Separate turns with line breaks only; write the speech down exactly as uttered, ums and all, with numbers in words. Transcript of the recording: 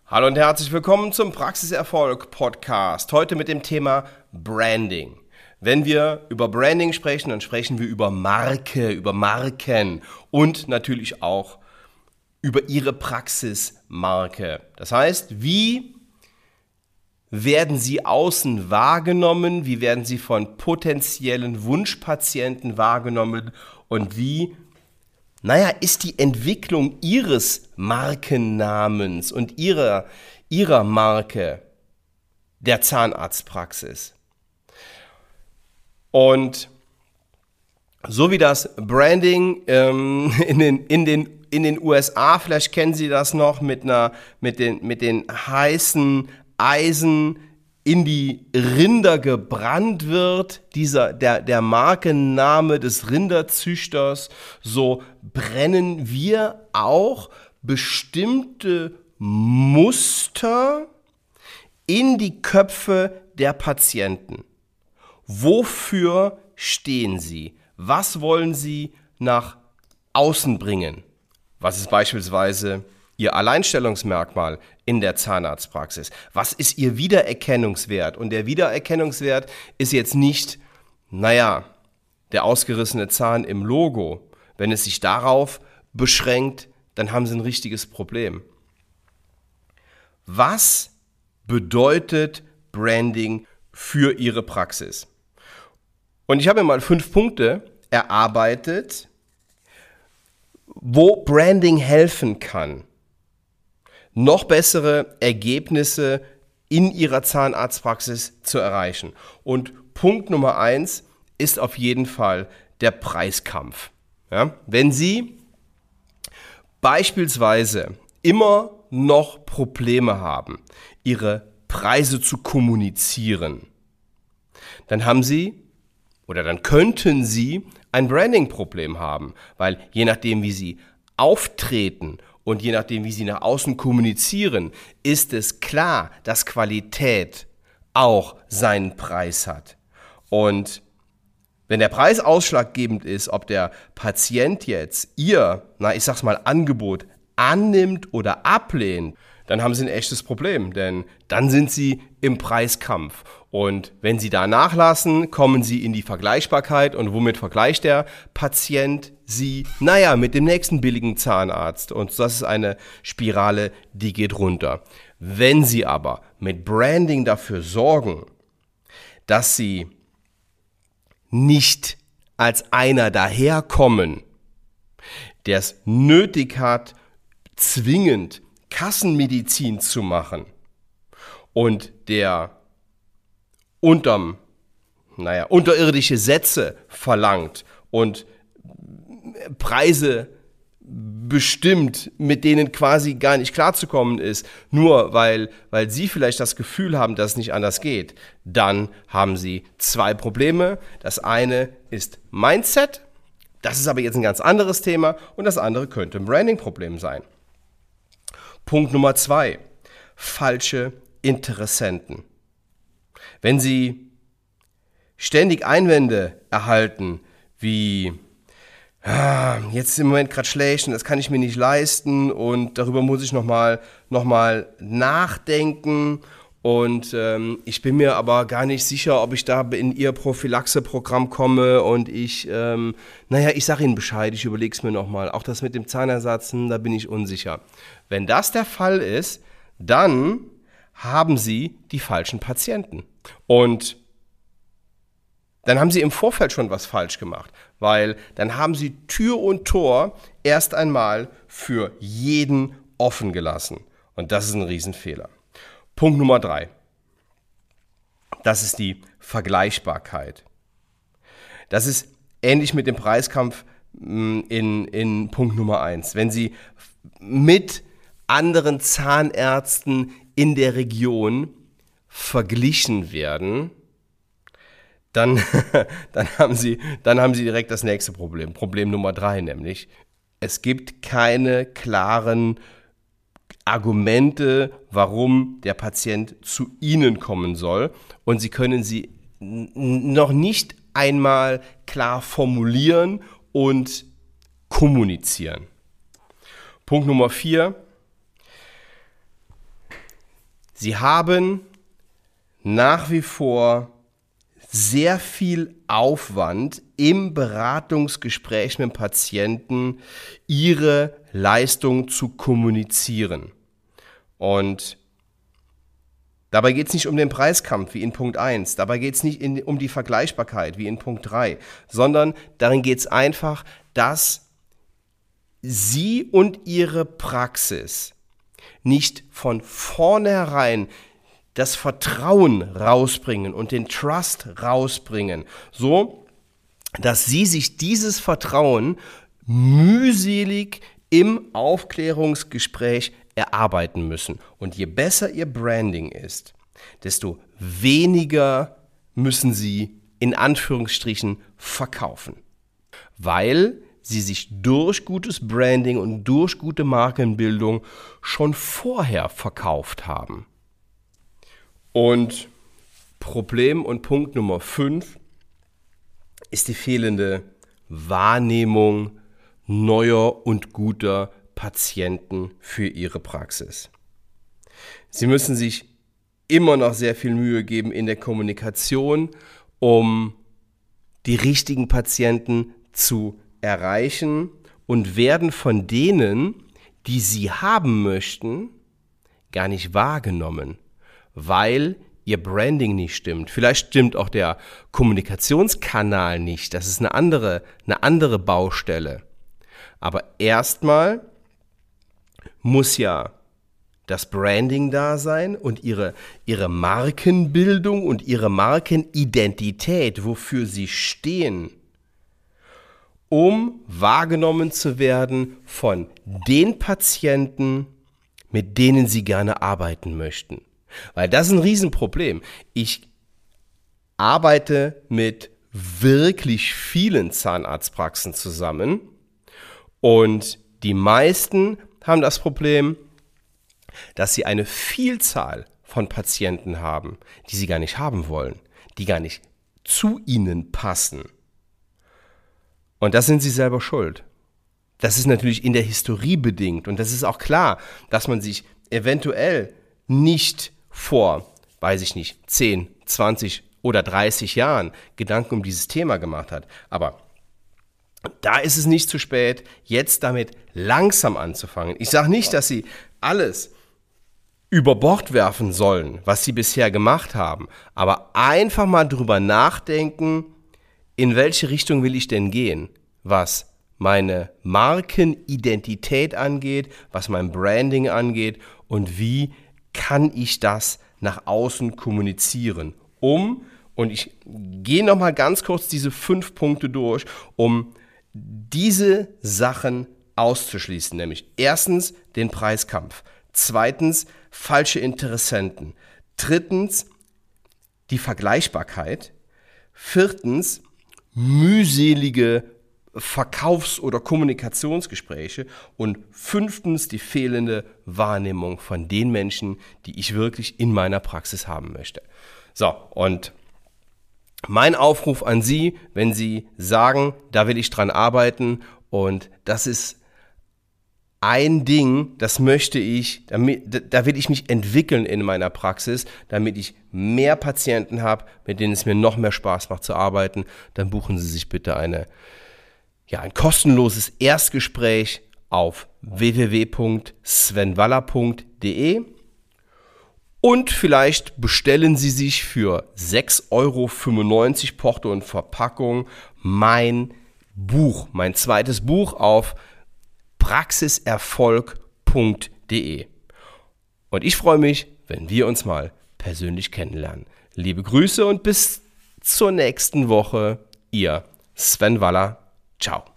Hallo und herzlich willkommen zum Praxiserfolg Podcast. Heute mit dem Thema Branding. Wenn wir über Branding sprechen, dann sprechen wir über Marke, über Marken und natürlich auch über Ihre Praxismarke. Das heißt, wie werden Sie außen wahrgenommen, wie werden Sie von potenziellen Wunschpatienten wahrgenommen und wie Naja, ist die Entwicklung Ihres Markennamens und Ihrer, Ihrer Marke der Zahnarztpraxis? Und so wie das Branding ähm, in, den, in, den, in den U S A, vielleicht kennen Sie das noch, mit, einer, mit, den, mit den heißen Eisen in die Rinder gebrannt wird, dieser, der, der Markenname des Rinderzüchters, so brennen wir auch bestimmte Muster in die Köpfe der Patienten. Wofür stehen sie? Was wollen sie nach außen bringen? Was ist beispielsweise Ihr Alleinstellungsmerkmal in der Zahnarztpraxis? Was ist Ihr Wiedererkennungswert? Und der Wiedererkennungswert ist jetzt nicht, naja, der ausgerissene Zahn im Logo. Wenn es sich darauf beschränkt, dann haben Sie ein richtiges Problem. Was bedeutet Branding für Ihre Praxis? Und ich habe mir mal fünf Punkte erarbeitet, wo Branding helfen kann, noch bessere Ergebnisse in Ihrer Zahnarztpraxis zu erreichen. Und Punkt Nummer eins ist auf jeden Fall der Preiskampf. Ja? Wenn Sie beispielsweise immer noch Probleme haben, Ihre Preise zu kommunizieren, dann haben Sie oder dann könnten Sie ein Branding-Problem haben, weil je nachdem, wie Sie auftreten und je nachdem, wie Sie nach außen kommunizieren, ist es klar, dass Qualität auch seinen Preis hat. Und wenn der Preis ausschlaggebend ist, ob der Patient jetzt Ihr, na ich sag's mal, Angebot annimmt oder ablehnt, dann haben Sie ein echtes Problem, denn dann sind Sie im Preiskampf. Und wenn Sie da nachlassen, kommen Sie in die Vergleichbarkeit. Und womit vergleicht der Patient Sie? Naja, mit dem nächsten billigen Zahnarzt. Und das ist eine Spirale, die geht runter. Wenn Sie aber mit Branding dafür sorgen, dass Sie nicht als einer daherkommen, der es nötig hat, zwingend Kassenmedizin zu machen und der unterm, naja, unterirdische Sätze verlangt und Preise bestimmt, mit denen quasi gar nicht klarzukommen ist, nur weil, weil Sie vielleicht das Gefühl haben, dass es nicht anders geht, dann haben Sie zwei Probleme. Das eine ist Mindset, das ist aber jetzt ein ganz anderes Thema, und das andere könnte ein Branding-Problem sein. Punkt Nummer zwei, falsche Interessenten. Wenn Sie ständig Einwände erhalten, wie ah, jetzt ist im Moment gerade schlecht und das kann ich mir nicht leisten und darüber muss ich nochmal noch mal nachdenken und ähm, ich bin mir aber gar nicht sicher, ob ich da in Ihr Prophylaxe-Programm komme und ich, ähm, naja, ich sage Ihnen Bescheid, ich überlege es mir nochmal. Auch das mit dem Zahnersatz, da bin ich unsicher. Wenn das der Fall ist, dann haben Sie die falschen Patienten. Und dann haben Sie im Vorfeld schon was falsch gemacht, weil dann haben Sie Tür und Tor erst einmal für jeden offen gelassen. Und das ist ein Riesenfehler. Punkt Nummer drei. Das ist die Vergleichbarkeit. Das ist ähnlich mit dem Preiskampf in, in Punkt Nummer eins. Wenn Sie mit anderen Zahnärzten in der Region verglichen werden, dann, dann, haben Sie, dann haben Sie direkt das nächste Problem. Problem Nummer drei nämlich, es gibt keine klaren Argumente, warum der Patient zu Ihnen kommen soll. Und Sie können sie n- noch nicht einmal klar formulieren und kommunizieren. Punkt Nummer vier. Sie haben nach wie vor sehr viel Aufwand im Beratungsgespräch mit dem Patienten, ihre Leistung zu kommunizieren. Und dabei geht es nicht um den Preiskampf wie in Punkt eins, dabei geht es nicht in, um die Vergleichbarkeit wie in Punkt drei, sondern darin geht es einfach, dass Sie und Ihre Praxis nicht von vornherein das Vertrauen rausbringen und den Trust rausbringen, so dass Sie sich dieses Vertrauen mühselig im Aufklärungsgespräch erarbeiten müssen. Und je besser Ihr Branding ist, desto weniger müssen Sie in Anführungsstrichen verkaufen, weil Sie sich durch gutes Branding und durch gute Markenbildung schon vorher verkauft haben. Und Problem und Punkt Nummer fünf ist die fehlende Wahrnehmung neuer und guter Patienten für Ihre Praxis. Sie müssen sich immer noch sehr viel Mühe geben in der Kommunikation, um die richtigen Patienten zu erreichen und werden von denen, die Sie haben möchten, gar nicht wahrgenommen, weil Ihr Branding nicht stimmt. Vielleicht stimmt auch der Kommunikationskanal nicht. Das ist eine andere, eine andere Baustelle. Aber erstmal muss ja das Branding da sein und ihre, ihre Markenbildung und ihre Markenidentität, wofür sie stehen, um wahrgenommen zu werden von den Patienten, mit denen sie gerne arbeiten möchten. Weil das ist ein Riesenproblem. Ich arbeite mit wirklich vielen Zahnarztpraxen zusammen und die meisten haben das Problem, dass sie eine Vielzahl von Patienten haben, die sie gar nicht haben wollen, die gar nicht zu ihnen passen. Und das sind sie selber schuld. Das ist natürlich in der Historie bedingt und das ist auch klar, dass man sich eventuell nicht vor, weiß ich nicht, zehn, zwanzig oder dreißig Jahren Gedanken um dieses Thema gemacht hat. Aber da ist es nicht zu spät, jetzt damit langsam anzufangen. Ich sage nicht, dass Sie alles über Bord werfen sollen, was Sie bisher gemacht haben, aber einfach mal drüber nachdenken, in welche Richtung will ich denn gehen, was meine Markenidentität angeht, was mein Branding angeht und wie kann ich das nach außen kommunizieren, um, und ich gehe nochmal ganz kurz diese fünf Punkte durch, um diese Sachen auszuschließen, nämlich erstens den Preiskampf, zweitens falsche Interessenten, drittens die Vergleichbarkeit, viertens mühselige Verkaufs- oder Kommunikationsgespräche und fünftens die fehlende Wahrnehmung von den Menschen, die ich wirklich in meiner Praxis haben möchte. So, und mein Aufruf an Sie, wenn Sie sagen, da will ich dran arbeiten und das ist ein Ding, das möchte ich, damit, da will ich mich entwickeln in meiner Praxis, damit ich mehr Patienten habe, mit denen es mir noch mehr Spaß macht zu arbeiten, dann buchen Sie sich bitte eine Ja, ein kostenloses Erstgespräch auf w w w punkt sven waller punkt d e und vielleicht bestellen Sie sich für sechs Euro fünfundneunzig Porto und Verpackung mein Buch, mein zweites Buch auf praxiserfolg punkt d e. Und ich freue mich, wenn wir uns mal persönlich kennenlernen. Liebe Grüße und bis zur nächsten Woche, Ihr Sven Waller. Ciao.